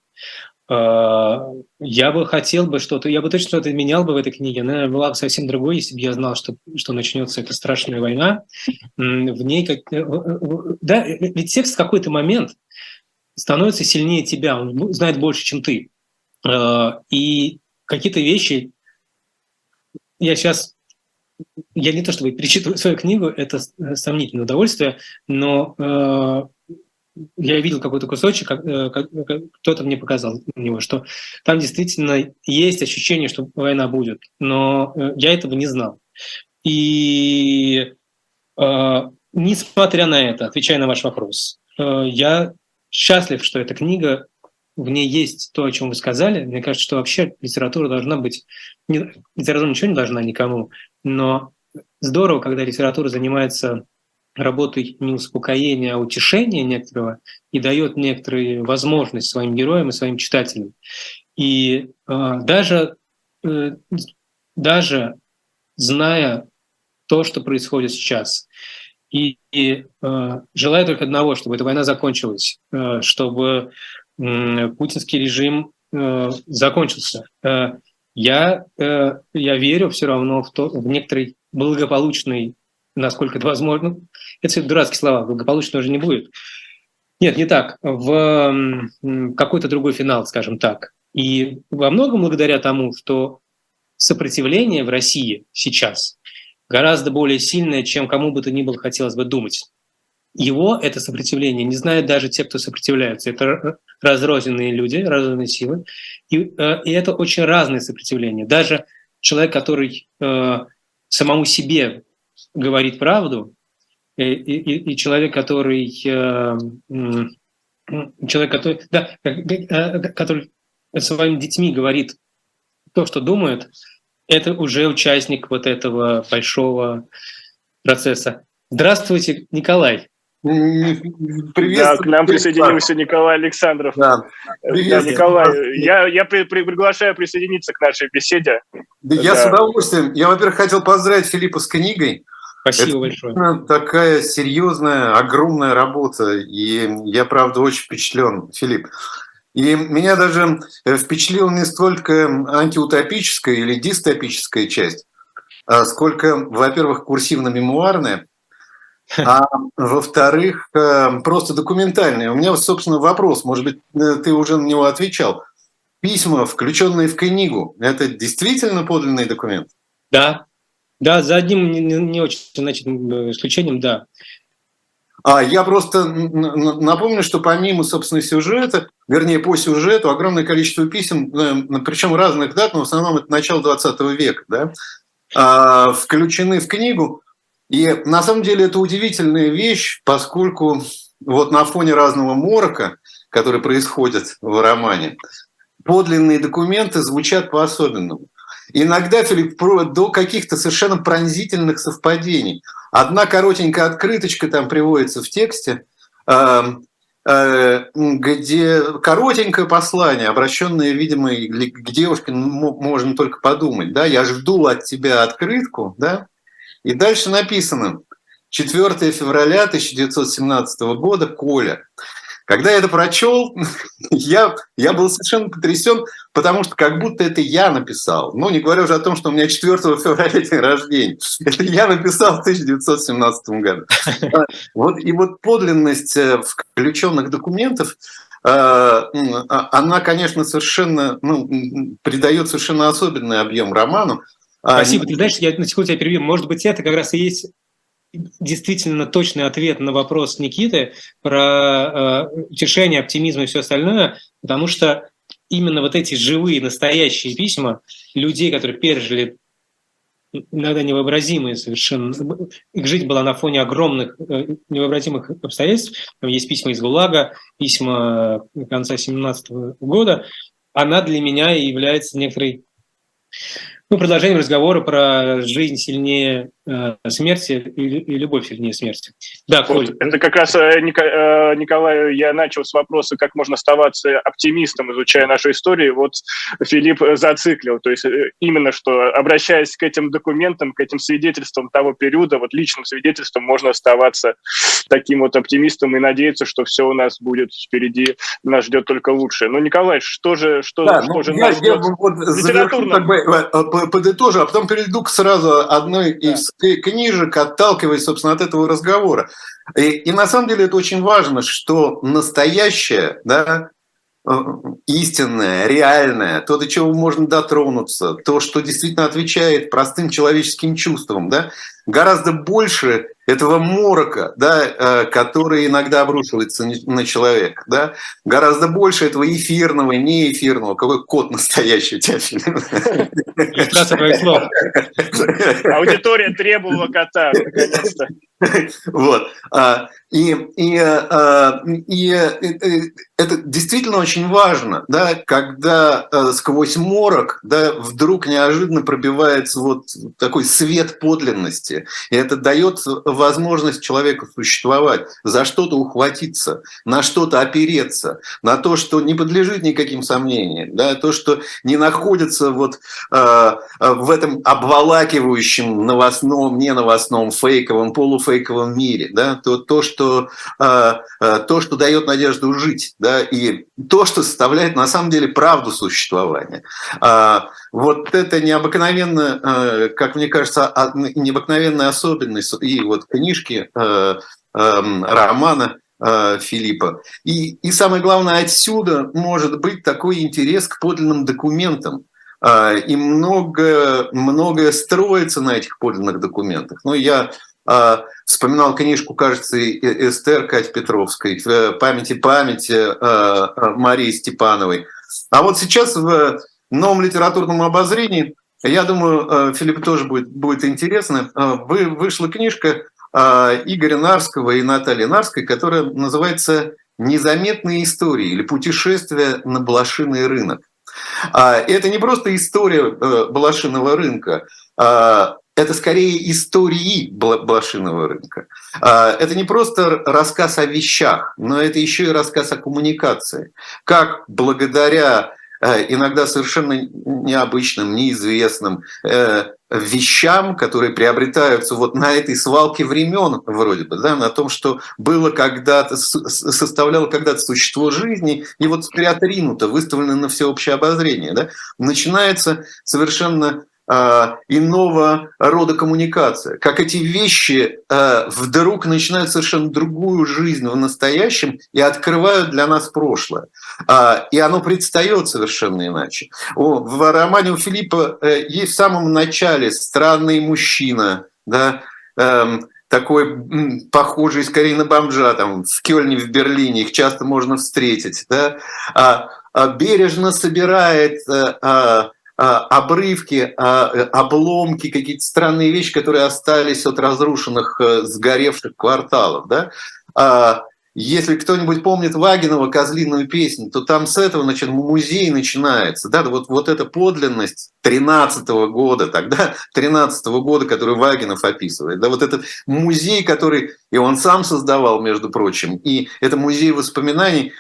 Я бы хотел бы что-то, я бы точно что-то менял бы в этой книге. Она была бы совсем другой, если бы я знал, что, что начнется эта страшная война. В ней, как, да, ведь текст в какой-то момент становится сильнее тебя, он знает больше, чем ты. И какие-то вещи я сейчас... Я не то чтобы перечитываю свою книгу, это сомнительное удовольствие, но э, я видел какой-то кусочек, как, как, кто-то мне показал на него, что там действительно есть ощущение, что война будет, но э, я этого не знал. И э, несмотря на это, отвечая на ваш вопрос, э, я счастлив, что эта книга, в ней есть то, о чем вы сказали. Мне кажется, что вообще литература должна быть... Не, литература ничего не должна никому, но здорово, когда литература занимается работой не успокоения, а утешения некоторого и дает некоторые возможности своим героям и своим читателям. И э, даже, э, даже зная то, что происходит сейчас, и, и э, желаю только одного, чтобы эта война закончилась, э, чтобы э, путинский режим э, закончился. Э, я, э, я верю все равно в, то, в некоторый благополучный, насколько это возможно, это все дурацкие слова, благополучно уже не будет. Нет, не так, в какой-то другой финал, скажем так. И во многом благодаря тому, что сопротивление в России сейчас гораздо более сильное, чем кому бы то ни было хотелось бы думать. Его, это сопротивление, не знают даже те, кто сопротивляются. Это разрозненные люди, разрозненные силы. И, и это очень разные сопротивления. Даже человек, который э, самому себе говорит правду, и, и, и человек, который, э, человек, который, да, который своими детьми говорит то, что думает, это уже участник вот этого большого процесса. Здравствуйте, Николай. Привет. Да, к нам присоединился Николай Александров. Да, да Николай, я, я при, при, приглашаю присоединиться к нашей беседе. Да, да. Я с удовольствием. Я, во-первых, хотел поздравить Филиппа с книгой. Спасибо Это большое. Такая серьезная, огромная работа. И я, правда, очень впечатлен, Филипп. И меня даже впечатлила не столько антиутопическая или дистопическая часть, а сколько, во-первых, курсивно-мемуарная, а во-вторых, просто документальная. У меня, собственно, вопрос, может быть, ты уже на него отвечал. Письма, включенные в книгу, это действительно подлинный документ? Да, да, за одним не, не очень значительным исключением, да. А я просто напомню, что помимо, собственно, сюжета, вернее, по сюжету, огромное количество писем, причем разных дат, но в основном это начало двадцатого века, да, включены в книгу. И на самом деле это удивительная вещь, поскольку вот на фоне разного морока, который происходит в романе, подлинные документы звучат по-особенному. Иногда, Филипп, до каких-то совершенно пронзительных совпадений. Одна коротенькая открыточка там приводится в тексте, где коротенькое послание, обращенное, видимо, к девушке, можно только подумать, да, я жду от тебя открытку, да, и дальше написано четвёртого февраля тысяча девятьсот семнадцатого года, Коля. Когда я это прочел, я, я был совершенно потрясен, потому что как будто это я написал. Ну, не говоря уже о том, что у меня четвёртого февраля день рождения. Это я написал в тысяча девятьсот семнадцатом году. Вот, и вот подлинность включенных документов, она, конечно, совершенно, ну, придает совершенно особенный объем роману. Спасибо. Ты знаешь, я на секунду тебя перебью. Может быть, это как раз и есть действительно точный ответ на вопрос Никиты про э, утешение, оптимизм и все остальное, потому что именно вот эти живые, настоящие письма людей, которые пережили иногда невообразимые совершенно... Их жизнь была на фоне огромных невообразимых обстоятельств. Там есть письма из ГУЛАГа, письма конца семнадцатого года. Она для меня является некоторой... Ну, продолжением разговора про жизнь сильнее э, смерти и, и любовь сильнее смерти. Да, вот, Коль. это как раз, Николай, я начал с вопроса, как можно оставаться оптимистом, изучая нашу историю. Вот Филипп зациклил. То есть именно что, обращаясь к этим документам, к этим свидетельствам того периода, вот личным свидетельствам, можно оставаться таким вот оптимистом и надеяться, что все у нас будет впереди, нас ждет только лучшее. Но, Николай, что же, что, да, что ну, же я, нас ждет вот литературно? Как бы, подытожу, а потом перейду к сразу одной из да. книжек, отталкиваясь, собственно, от этого разговора. И, и на самом деле это очень важно, что настоящее, да, истинное, реальное, то, до чего можно дотронуться, то, что действительно отвечает простым человеческим чувствам, да, гораздо больше этого морока, да, который иногда обрушивается на человека, да, гораздо больше этого эфирного, неэфирного. Какой кот настоящий у тебя, Филипп? Иллюстрация твоих слов. Аудитория требовала кота, наконец-то. Вот. И, и, и это действительно очень важно, да, когда сквозь морок, да, вдруг неожиданно пробивается вот такой свет подлинности. И это дает возможность человеку существовать, за что-то ухватиться, на что-то опереться, на то, что не подлежит никаким сомнениям, да, то, что не находится вот э, в этом обволакивающем новостном, не новостном, фейковом, полуфейковом мире, да, то, то, что, э, то, что дает надежду жить, да, и то, что составляет на самом деле правду существования. Э, вот это необыкновенно, э, как мне кажется, необыкновенная особенность и вот книжки, э, э, романа э, Филиппа. И, и самое главное, отсюда может быть такой интерес к подлинным документам. Э, и много, многое строится на этих подлинных документах. Но я э, вспоминал книжку, кажется, Эстер Кати Петровской, «Памяти памяти» э, Марии Степановой. А вот сейчас в новом литературном обозрении, я думаю, Филиппу тоже будет, будет интересно, вы, вышла книжка Игоря Нарского и Натальи Нарской, которая называется «Незаметные истории» или «Путешествие на блошиный рынок». Это не просто история блошиного рынка, это скорее истории блошиного рынка. Это не просто рассказ о вещах, но это еще и рассказ о коммуникации. Как благодаря иногда совершенно необычным, неизвестным э, вещам, которые приобретаются вот на этой свалке времен, вроде бы, да, на том, что было когда-то, составляло когда-то существо жизни, и вот отринуто, выставлено на всеобщее обозрение, да, начинается совершенно э, иного рода коммуникация. Как эти вещи э, вдруг начинают совершенно другую жизнь в настоящем и открывают для нас прошлое. И оно предстает совершенно иначе. В романе у Филиппа есть в самом начале странный мужчина, да, такой похожий скорее на бомжа, там, в Кёльне, в Берлине, их часто можно встретить, да, бережно собирает обрывки, обломки, какие-то странные вещи, которые остались от разрушенных, сгоревших кварталов, да. Если кто-нибудь помнит Вагинова «Козлиную песню», то там с этого, значит, музей начинается. Да, вот, вот эта подлинность тринадцатого года, тогда тринадцатого года, который Вагинов описывает. Да, вот этот музей, который и он сам создавал, между прочим, и это музей воспоминаний,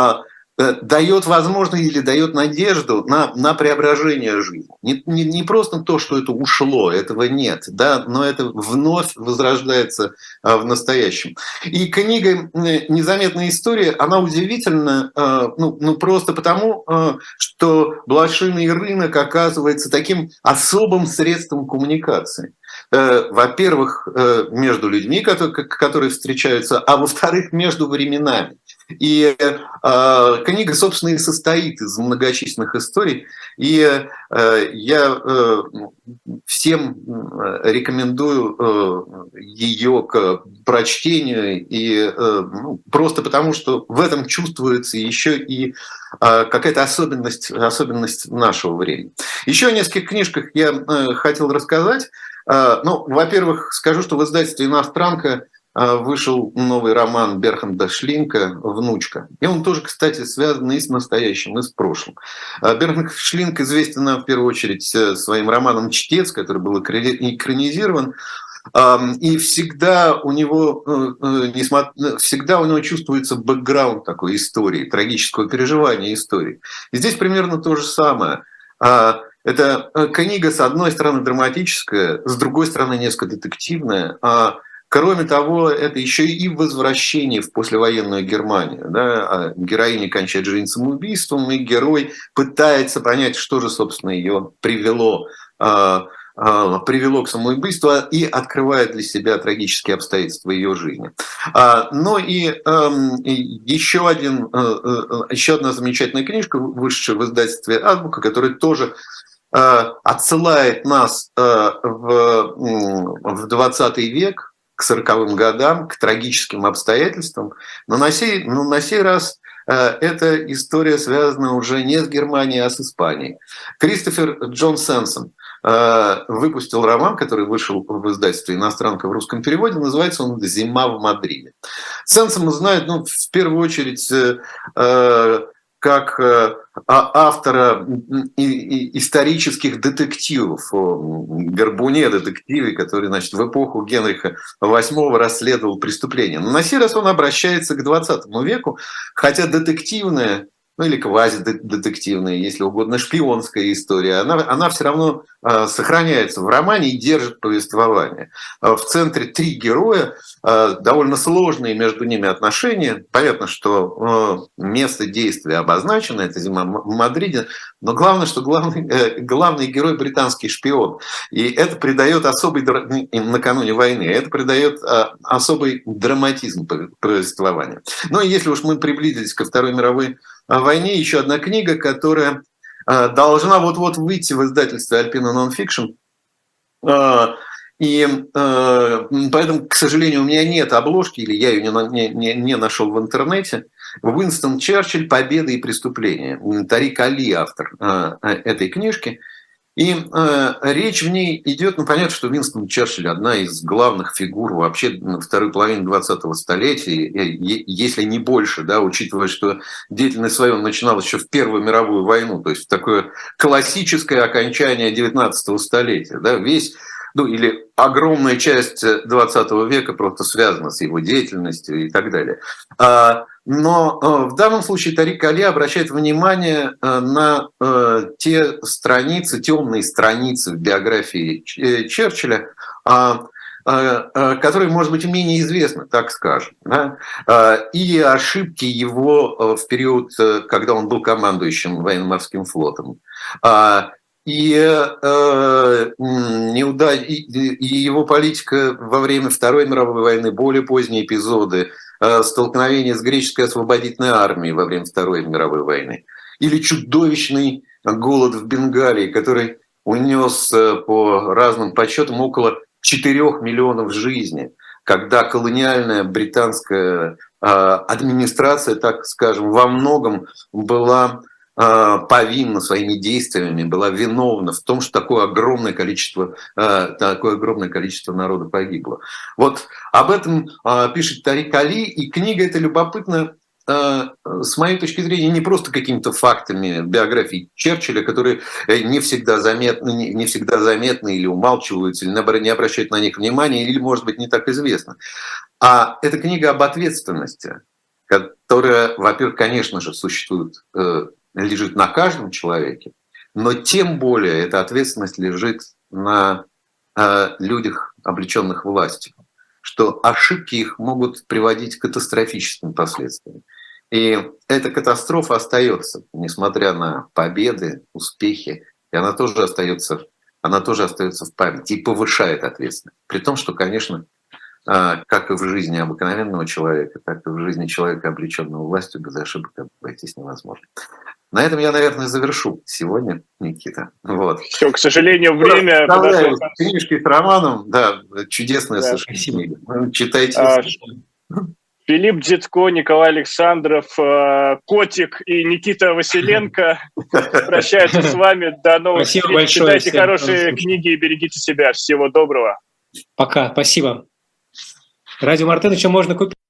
дает возможность или дает надежду на, на преображение жизни. Не, не, не просто то, что это ушло, этого нет, да, но это вновь возрождается а, в настоящем. И книга «Незаметная история», она удивительна, а, ну, ну просто потому, а, что блошиный рынок оказывается таким особым средством коммуникации. Во-первых, между людьми, которые, которые встречаются, а во-вторых, между временами. И э, книга, собственно, и состоит из многочисленных историй. И Я всем рекомендую ее к прочтению, и ну, просто потому, что в этом чувствуется еще и какая-то особенность, особенность нашего времени. Еще о нескольких книжках я хотел рассказать. Ну, во-первых, скажу, что в издательстве «Иностранка» вышел новый роман Берхарда Шлинка «Внучка». И он тоже, кстати, связан и с настоящим, и с прошлым. Берхард Шлинк известен нам в первую очередь своим романом «Чтец», который был экранизирован. И всегда у него, всегда у него чувствуется бэкграунд такой истории, трагического переживания истории. И здесь примерно то же самое. Это книга, с одной стороны, драматическая, с другой стороны, несколько детективная. Кроме того, это еще и возвращение в послевоенную Германию. Да? Героиня кончает жизнь самоубийством, и герой пытается понять, что же, собственно, ее привело, привело к самоубийству, и открывает для себя трагические обстоятельства ее жизни. Ну и еще, один, еще одна замечательная книжка, вышедшая в издательстве «Азбука», которая тоже отсылает нас в двадцатый век, к сороковым годам, к трагическим обстоятельствам. Но на сей, но на сей раз э, эта история связана уже не с Германией, а с Испанией. Кристофер Джон Сенсон э, выпустил роман, который вышел в издательстве «Иностранка» в русском переводе. Называется он «Зима в Мадриде». Сенсон знают, ну, в первую очередь, э, как автора исторических детективов, о Горбуне-детективе, который, значит, в эпоху Генриха восьмого расследовал преступления. Но на сей раз он обращается к двадцатому веку, хотя детективная, ну или квазидетективная, если угодно, шпионская история, она, она все равно э, сохраняется в романе и держит повествование. В центре три героя, э, довольно сложные между ними отношения. Понятно, что э, место действия обозначено, это «Зима в Мадриде», но главное, что главный, э, главный герой британский шпион. И это придает особый, накануне войны, это придает э, особый драматизм повествования. Ну и если уж мы приблизились ко Второй мировой войне, еще одна книга, которая э, должна вот-вот выйти в издательстве Alpina Nonfiction. Э, и э, поэтому, к сожалению, у меня нет обложки, или я ее не, не, не нашел в интернете. Уинстон Черчилль «Победа и преступление». Тарик Али автор э, этой книжки. И э, речь в ней идет, ну, понятно, что Уинстон Черчилль одна из главных фигур вообще на второй половине двадцатого столетия, если не больше, да, учитывая, что деятельность свою он начинал еще в Первую мировую войну, то есть такое классическое окончание девятнадцатого столетия, да, весь, ну, или огромная часть двадцатого века просто связана с его деятельностью и так далее. Но в данном случае Тарик Али обращает внимание на те страницы, темные страницы в биографии Черчилля, которые, может быть, менее известны, так скажем, да? И ошибки его в период, когда он был командующим военно-морским флотом. И, э, неуда... и, и его политика во время Второй мировой войны, более поздние эпизоды, э, столкновения с греческой освободительной армией во время Второй мировой войны, или чудовищный голод в Бенгалии, который унес по разным подсчетам около четырёх миллионов жизней, когда колониальная британская э, администрация, так скажем, во многом была повинна своими действиями, была виновна в том, что такое огромное количество, такое огромное количество народа погибло. Вот об этом пишет Тарик Али, и книга эта любопытна, с моей точки зрения, не просто какими-то фактами биографии Черчилля, которые не всегда заметны, не всегда заметны или умалчиваются, или наоборот не обращают на них внимания, или, может быть, не так известно. А это книга об ответственности, которая, во-первых, конечно же, существует, лежит на каждом человеке, но тем более эта ответственность лежит на э, людях, облеченных властью, что ошибки их могут приводить к катастрофическим последствиям. И эта катастрофа остается, несмотря на победы, успехи, и она тоже остается, она тоже остается в памяти и повышает ответственность. При том, что, конечно, э, как и в жизни обыкновенного человека, так и в жизни человека, облеченного властью, без ошибок обойтись невозможно. На этом я, наверное, завершу сегодня, Никита. Вот. Все, к сожалению, время подошло. Книжки с романом, да, чудесная да, совершенно книга. Читайте. А, Филипп Дзитко, Николай Александров, Котик и Никита Василенко прощаются с вами. До новых встреч. Спасибо большое. Читайте хорошие книги и берегите себя. Всего доброго. Пока. Спасибо. Радио Мартен еще можно купить.